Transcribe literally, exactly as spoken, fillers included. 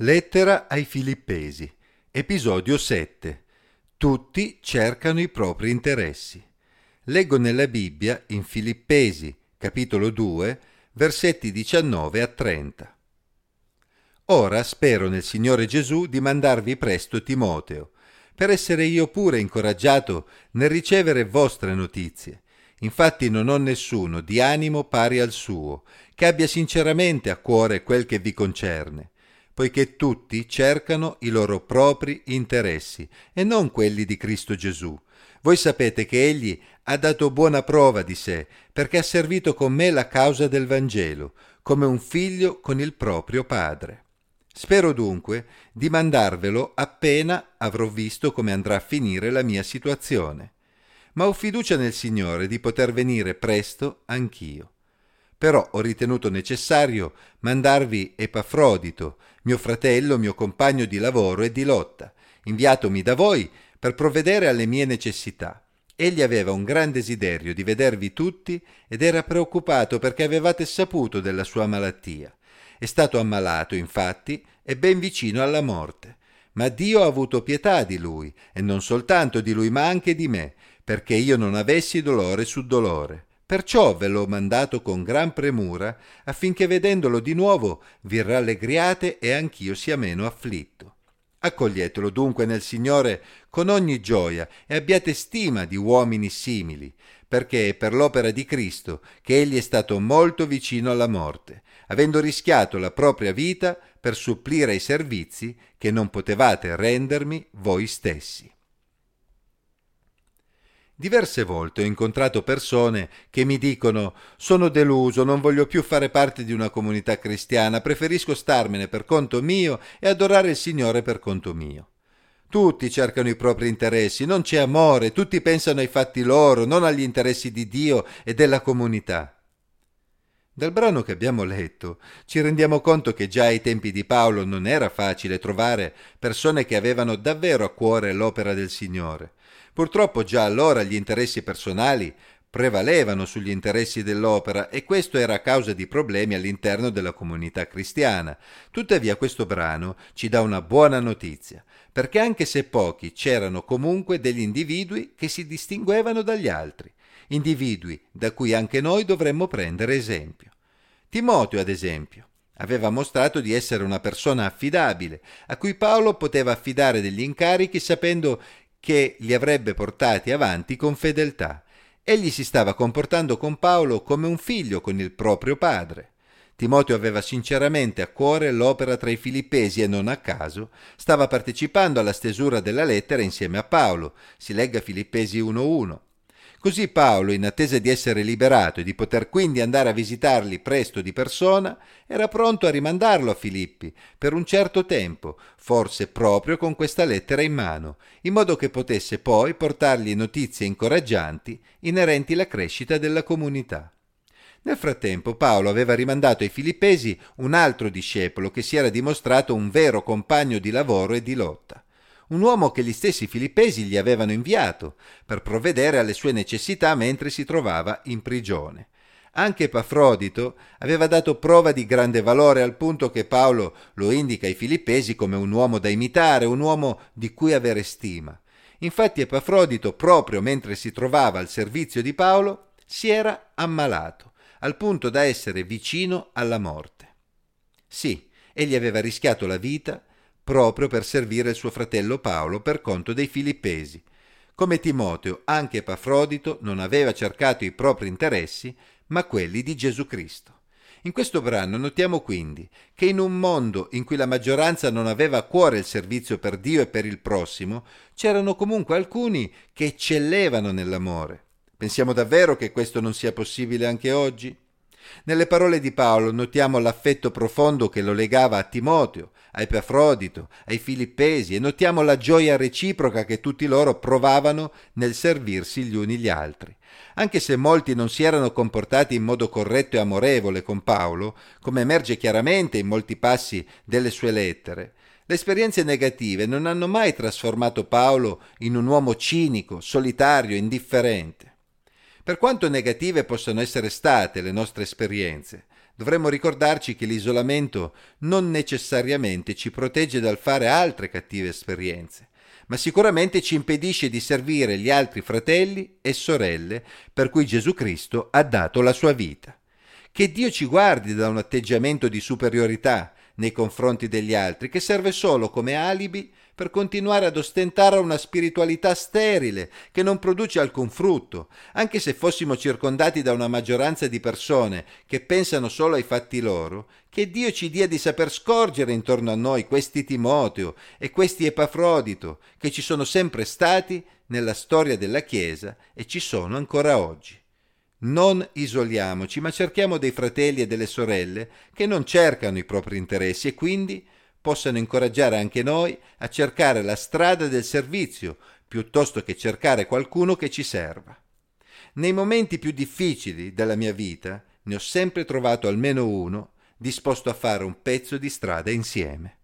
Lettera ai Filippesi, episodio sette. Tutti cercano i propri interessi. Leggo nella Bibbia in Filippesi, capitolo due, versetti diciannove a trenta. Ora spero nel Signore Gesù di mandarvi presto Timoteo, per essere io pure incoraggiato nel ricevere vostre notizie. Infatti non ho nessuno di animo pari al suo, che abbia sinceramente a cuore quel che vi concerne, poiché tutti cercano i loro propri interessi e non quelli di Cristo Gesù. Voi sapete che egli ha dato buona prova di sé, perché ha servito con me la causa del Vangelo, come un figlio con il proprio padre. Spero dunque di mandarvelo appena avrò visto come andrà a finire la mia situazione. Ma ho fiducia nel Signore di poter venire presto anch'io. Però ho ritenuto necessario mandarvi Epafrodito, mio fratello, mio compagno di lavoro e di lotta, inviatomi da voi per provvedere alle mie necessità. Egli aveva un gran desiderio di vedervi tutti ed era preoccupato perché avevate saputo della sua malattia. È stato ammalato, infatti, e ben vicino alla morte. Ma Dio ha avuto pietà di lui, e non soltanto di lui ma anche di me, perché io non avessi dolore su dolore. Perciò ve l'ho mandato con gran premura, affinché vedendolo di nuovo vi rallegriate e anch'io sia meno afflitto. Accoglietelo dunque nel Signore con ogni gioia e abbiate stima di uomini simili, perché è per l'opera di Cristo che egli è stato molto vicino alla morte, avendo rischiato la propria vita per supplire ai servizi che non potevate rendermi voi stessi. Diverse volte ho incontrato persone che mi dicono: sono deluso, non voglio più fare parte di una comunità cristiana, preferisco starmene per conto mio e adorare il Signore per conto mio. Tutti cercano i propri interessi, non c'è amore, tutti pensano ai fatti loro, non agli interessi di Dio e della comunità. Dal brano che abbiamo letto ci rendiamo conto che già ai tempi di Paolo non era facile trovare persone che avevano davvero a cuore l'opera del Signore. Purtroppo già allora gli interessi personali prevalevano sugli interessi dell'opera e questo era a causa di problemi all'interno della comunità cristiana. Tuttavia questo brano ci dà una buona notizia, perché anche se pochi c'erano comunque degli individui che si distinguevano dagli altri, individui da cui anche noi dovremmo prendere esempio. Timoteo, ad esempio, aveva mostrato di essere una persona affidabile, a cui Paolo poteva affidare degli incarichi sapendo che li avrebbe portati avanti con fedeltà. Egli si stava comportando con Paolo come un figlio con il proprio padre. Timoteo aveva sinceramente a cuore l'opera tra i Filippesi e non a caso stava partecipando alla stesura della lettera insieme a Paolo. Si legga Filippesi uno uno. Così Paolo, in attesa di essere liberato e di poter quindi andare a visitarli presto di persona, era pronto a rimandarlo a Filippi per un certo tempo, forse proprio con questa lettera in mano, in modo che potesse poi portargli notizie incoraggianti inerenti alla crescita della comunità. Nel frattempo Paolo aveva rimandato ai Filippesi un altro discepolo che si era dimostrato un vero compagno di lavoro e di lotta. Un uomo che gli stessi Filippesi gli avevano inviato per provvedere alle sue necessità mentre si trovava in prigione. Anche Epafrodito aveva dato prova di grande valore al punto che Paolo lo indica ai Filippesi come un uomo da imitare, un uomo di cui avere stima. Infatti Epafrodito, proprio mentre si trovava al servizio di Paolo, si era ammalato, al punto da essere vicino alla morte. Sì, egli aveva rischiato la vita proprio per servire il suo fratello Paolo per conto dei Filippesi. Come Timoteo, anche Epafrodito non aveva cercato i propri interessi, ma quelli di Gesù Cristo. In questo brano notiamo quindi che in un mondo in cui la maggioranza non aveva a cuore il servizio per Dio e per il prossimo, c'erano comunque alcuni che eccellevano nell'amore. Pensiamo davvero che questo non sia possibile anche oggi? Nelle parole di Paolo notiamo l'affetto profondo che lo legava a Timoteo, a Epafrodito, ai Filippesi e notiamo la gioia reciproca che tutti loro provavano nel servirsi gli uni gli altri. Anche se molti non si erano comportati in modo corretto e amorevole con Paolo, come emerge chiaramente in molti passi delle sue lettere, le esperienze negative non hanno mai trasformato Paolo in un uomo cinico, solitario, indifferente. Per quanto negative possano essere state le nostre esperienze, Dovremmo ricordarci che l'isolamento non necessariamente ci protegge dal fare altre cattive esperienze, ma sicuramente ci impedisce di servire gli altri fratelli e sorelle per cui Gesù Cristo ha dato la sua vita. Che Dio ci guardi da un atteggiamento di superiorità nei confronti degli altri, che serve solo come alibi per continuare ad ostentare una spiritualità sterile che non produce alcun frutto, anche se fossimo circondati da una maggioranza di persone che pensano solo ai fatti loro. Che Dio ci dia di saper scorgere intorno a noi questi Timoteo e questi Epafrodito che ci sono sempre stati nella storia della Chiesa e ci sono ancora oggi. Non isoliamoci, ma cerchiamo dei fratelli e delle sorelle che non cercano i propri interessi e quindi possano incoraggiare anche noi a cercare la strada del servizio piuttosto che cercare qualcuno che ci serva. Nei momenti più difficili della mia vita ne ho sempre trovato almeno uno disposto a fare un pezzo di strada insieme.